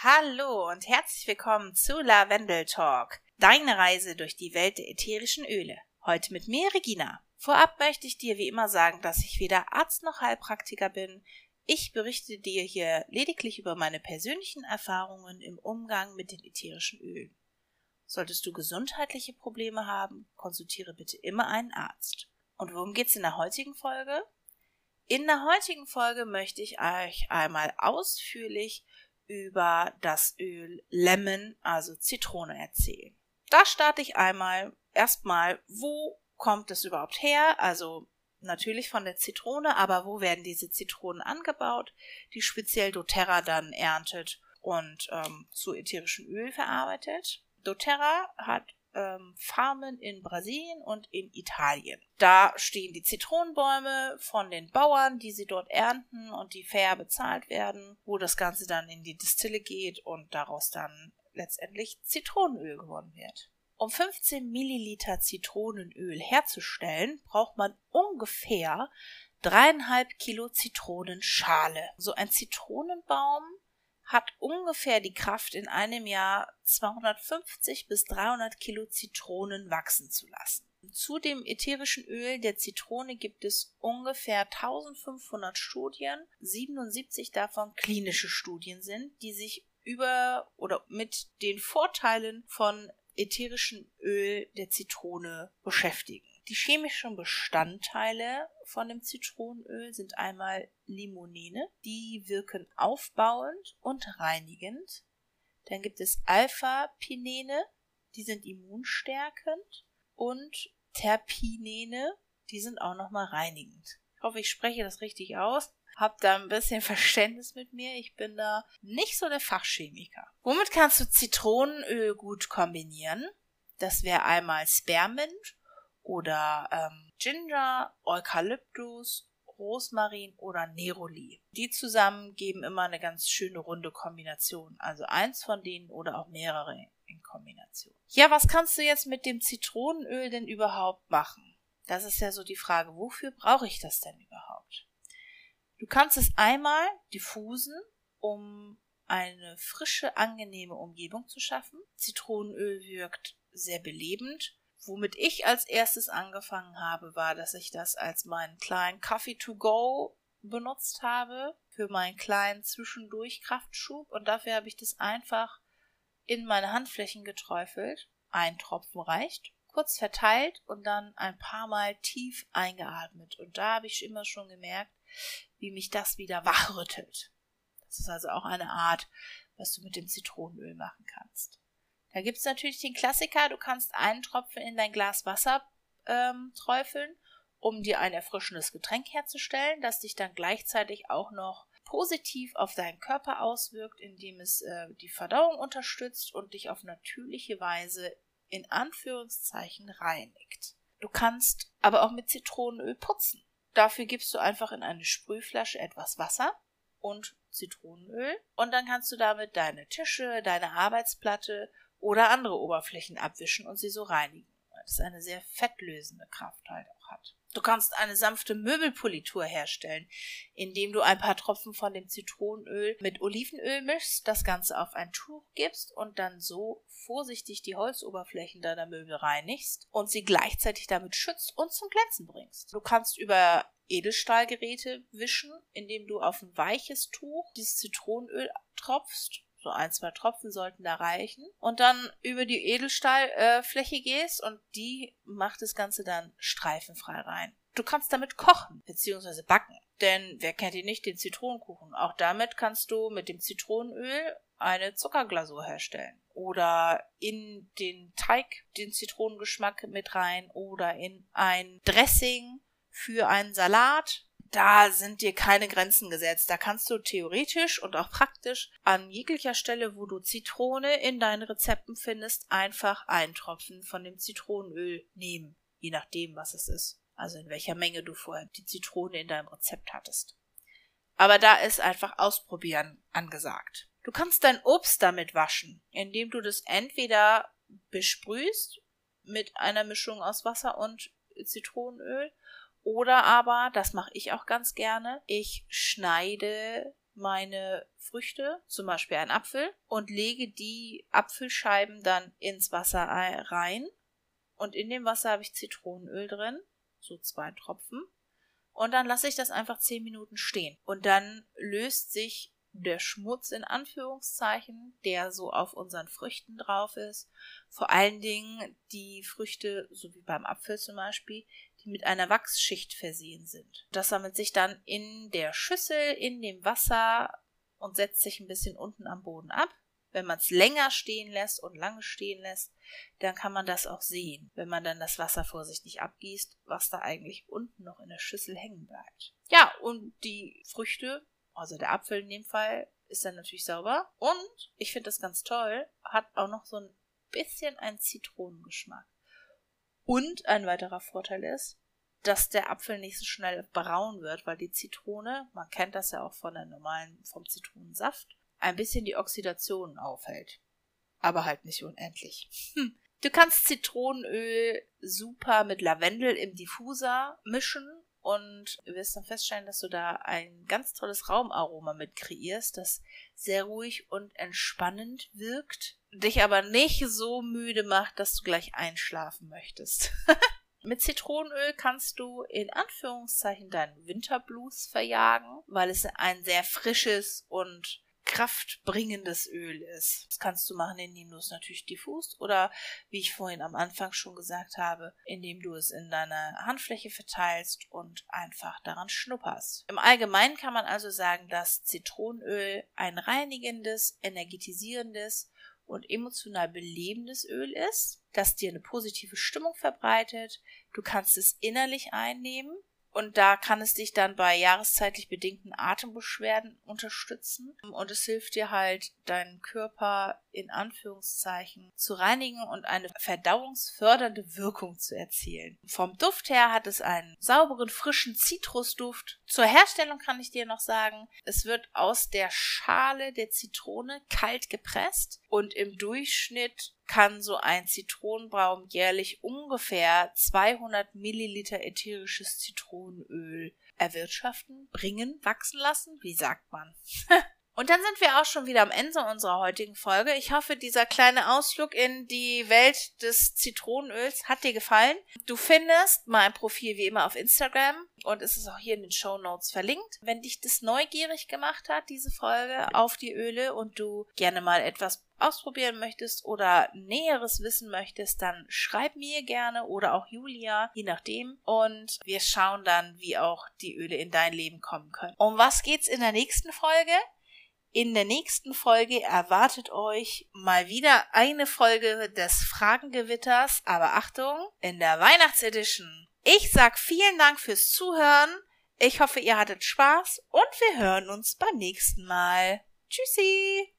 Hallo und herzlich willkommen zu Lavendel Talk, deine Reise durch die Welt der ätherischen Öle. Heute mit mir, Regina. Vorab möchte ich dir wie immer sagen, dass ich weder Arzt noch Heilpraktiker bin. Ich berichte dir hier lediglich über meine persönlichen Erfahrungen im Umgang mit den ätherischen Ölen. Solltest du gesundheitliche Probleme haben, konsultiere bitte immer einen Arzt. Und worum geht's in der heutigen Folge? In der heutigen Folge möchte ich euch einmal ausführlich über das Öl Lemon, also Zitrone, erzählen. Da starte ich erstmal, wo kommt es überhaupt her? Also natürlich von der Zitrone, aber wo werden diese Zitronen angebaut, die speziell doTERRA dann erntet und zu ätherischem Öl verarbeitet? doTERRA hat Farmen in Brasilien und in Italien. Da stehen die Zitronenbäume von den Bauern, die sie dort ernten und die fair bezahlt werden, wo das Ganze dann in die Distille geht und daraus dann letztendlich Zitronenöl gewonnen wird. Um 15 Milliliter Zitronenöl herzustellen, braucht man ungefähr 3,5 Kilo Zitronenschale. So ein Zitronenbaum hat ungefähr die Kraft, in einem Jahr 250 bis 300 Kilo Zitronen wachsen zu lassen. Zu dem ätherischen Öl der Zitrone gibt es ungefähr 1500 Studien, 77 davon klinische Studien sind, die sich über oder mit den Vorteilen von ätherischem Öl der Zitrone beschäftigen. Die chemischen Bestandteile von dem Zitronenöl sind einmal Limonene, die wirken aufbauend und reinigend. Dann gibt es Alpha-Pinene, die sind immunstärkend, und Terpinene, die sind auch nochmal reinigend. Ich hoffe, ich spreche das richtig aus. Habt da ein bisschen Verständnis mit mir. Ich bin da nicht so der Fachchemiker. Womit kannst du Zitronenöl gut kombinieren? Das wäre einmal Spearmint oder Ginger, Eukalyptus, Rosmarin oder Neroli. Die zusammen geben immer eine ganz schöne runde Kombination. Also eins von denen oder auch mehrere in Kombination. Ja, was kannst du jetzt mit dem Zitronenöl denn überhaupt machen? Das ist ja so die Frage, wofür brauche ich das denn überhaupt? Du kannst es einmal diffusen, um eine frische, angenehme Umgebung zu schaffen. Zitronenöl wirkt sehr belebend. Womit ich als erstes angefangen habe, war, dass ich das als meinen kleinen Coffee to go benutzt habe, für meinen kleinen Zwischendurch-Kraftschub, und dafür habe ich das einfach in meine Handflächen geträufelt. Ein Tropfen reicht, kurz verteilt und dann ein paar Mal tief eingeatmet. Und da habe ich immer schon gemerkt, wie mich das wieder wachrüttelt. Das ist also auch eine Art, was du mit dem Zitronenöl machen kannst. Da gibt es natürlich den Klassiker, du kannst einen Tropfen in dein Glas Wasser träufeln, um dir ein erfrischendes Getränk herzustellen, das dich dann gleichzeitig auch noch positiv auf deinen Körper auswirkt, indem es die Verdauung unterstützt und dich auf natürliche Weise in Anführungszeichen reinigt. Du kannst aber auch mit Zitronenöl putzen. Dafür gibst du einfach in eine Sprühflasche etwas Wasser und Zitronenöl und dann kannst du damit deine Tische, deine Arbeitsplatte oder andere Oberflächen abwischen und sie so reinigen, weil das eine sehr fettlösende Kraft halt auch hat. Du kannst eine sanfte Möbelpolitur herstellen, indem du ein paar Tropfen von dem Zitronenöl mit Olivenöl mischst, das Ganze auf ein Tuch gibst und dann so vorsichtig die Holzoberflächen deiner Möbel reinigst und sie gleichzeitig damit schützt und zum Glänzen bringst. Du kannst über Edelstahlgeräte wischen, indem du auf ein weiches Tuch dieses Zitronenöl tropfst. So 1-2 Tropfen sollten da reichen. Und dann über die Edelstahlfläche gehst und die macht das Ganze dann streifenfrei rein. Du kannst damit kochen bzw. backen. Denn wer kennt ihn nicht, den Zitronenkuchen? Auch damit kannst du mit dem Zitronenöl eine Zuckerglasur herstellen. Oder in den Teig den Zitronengeschmack mit rein oder in ein Dressing für einen Salat. Da sind dir keine Grenzen gesetzt. Da kannst du theoretisch und auch praktisch an jeglicher Stelle, wo du Zitrone in deinen Rezepten findest, einfach einen Tropfen von dem Zitronenöl nehmen. Je nachdem, was es ist. Also in welcher Menge du vorher die Zitrone in deinem Rezept hattest. Aber da ist einfach Ausprobieren angesagt. Du kannst dein Obst damit waschen, indem du das entweder besprühst mit einer Mischung aus Wasser und Zitronenöl. Oder aber, das mache ich auch ganz gerne, ich schneide meine Früchte, zum Beispiel einen Apfel, und lege die Apfelscheiben dann ins Wasser rein. Und in dem Wasser habe ich Zitronenöl drin, so 2 Tropfen. Und dann lasse ich das einfach 10 Minuten stehen. Und dann löst sich der Schmutz in Anführungszeichen, der so auf unseren Früchten drauf ist. Vor allen Dingen die Früchte, so wie beim Apfel zum Beispiel, die mit einer Wachsschicht versehen sind. Das sammelt sich dann in der Schüssel, in dem Wasser und setzt sich ein bisschen unten am Boden ab. Wenn man es länger stehen lässt und lange stehen lässt, dann kann man das auch sehen, wenn man dann das Wasser vorsichtig abgießt, was da eigentlich unten noch in der Schüssel hängen bleibt. Ja, und die Früchte, also der Apfel in dem Fall, ist dann natürlich sauber. Und ich finde das ganz toll, hat auch noch so ein bisschen einen Zitronengeschmack. Und ein weiterer Vorteil ist, dass der Apfel nicht so schnell braun wird, weil die Zitrone, man kennt das ja auch vom Zitronensaft, ein bisschen die Oxidation aufhält. Aber halt nicht unendlich. Du kannst Zitronenöl super mit Lavendel im Diffuser mischen und du wirst dann feststellen, dass du da ein ganz tolles Raumaroma mit kreierst, das sehr ruhig und entspannend wirkt, dich aber nicht so müde macht, dass du gleich einschlafen möchtest. Mit Zitronenöl kannst du in Anführungszeichen deinen Winterblues verjagen, weil es ein sehr frisches und kraftbringendes Öl ist. Das kannst du machen, indem du es natürlich diffust oder, wie ich vorhin am Anfang schon gesagt habe, indem du es in deiner Handfläche verteilst und einfach daran schnupperst. Im Allgemeinen kann man also sagen, dass Zitronenöl ein reinigendes, energetisierendes und emotional belebendes Öl ist, das dir eine positive Stimmung verbreitet. Du kannst es innerlich einnehmen. Und da kann es dich dann bei jahreszeitlich bedingten Atembeschwerden unterstützen. Und es hilft dir halt, deinen Körper in Anführungszeichen zu reinigen und eine verdauungsfördernde Wirkung zu erzielen. Vom Duft her hat es einen sauberen, frischen Zitrusduft. Zur Herstellung kann ich dir noch sagen, es wird aus der Schale der Zitrone kalt gepresst und im Durchschnitt kann so ein Zitronenbaum jährlich ungefähr 200 Milliliter ätherisches Zitronenöl erwirtschaften, bringen, wachsen lassen, wie sagt man? Und dann sind wir auch schon wieder am Ende unserer heutigen Folge. Ich hoffe, dieser kleine Ausflug in die Welt des Zitronenöls hat dir gefallen. Du findest mein Profil wie immer auf Instagram und es ist auch hier in den Shownotes verlinkt. Wenn dich das neugierig gemacht hat, diese Folge auf die Öle und du gerne mal etwas ausprobieren möchtest oder Näheres wissen möchtest, dann schreib mir gerne oder auch Julia, je nachdem. Und wir schauen dann, wie auch die Öle in dein Leben kommen können. Um was geht's in der nächsten Folge? In der nächsten Folge erwartet euch mal wieder eine Folge des Fragengewitters, aber Achtung, in der Weihnachtsedition. Ich sag vielen Dank fürs Zuhören. Ich hoffe, ihr hattet Spaß und wir hören uns beim nächsten Mal. Tschüssi!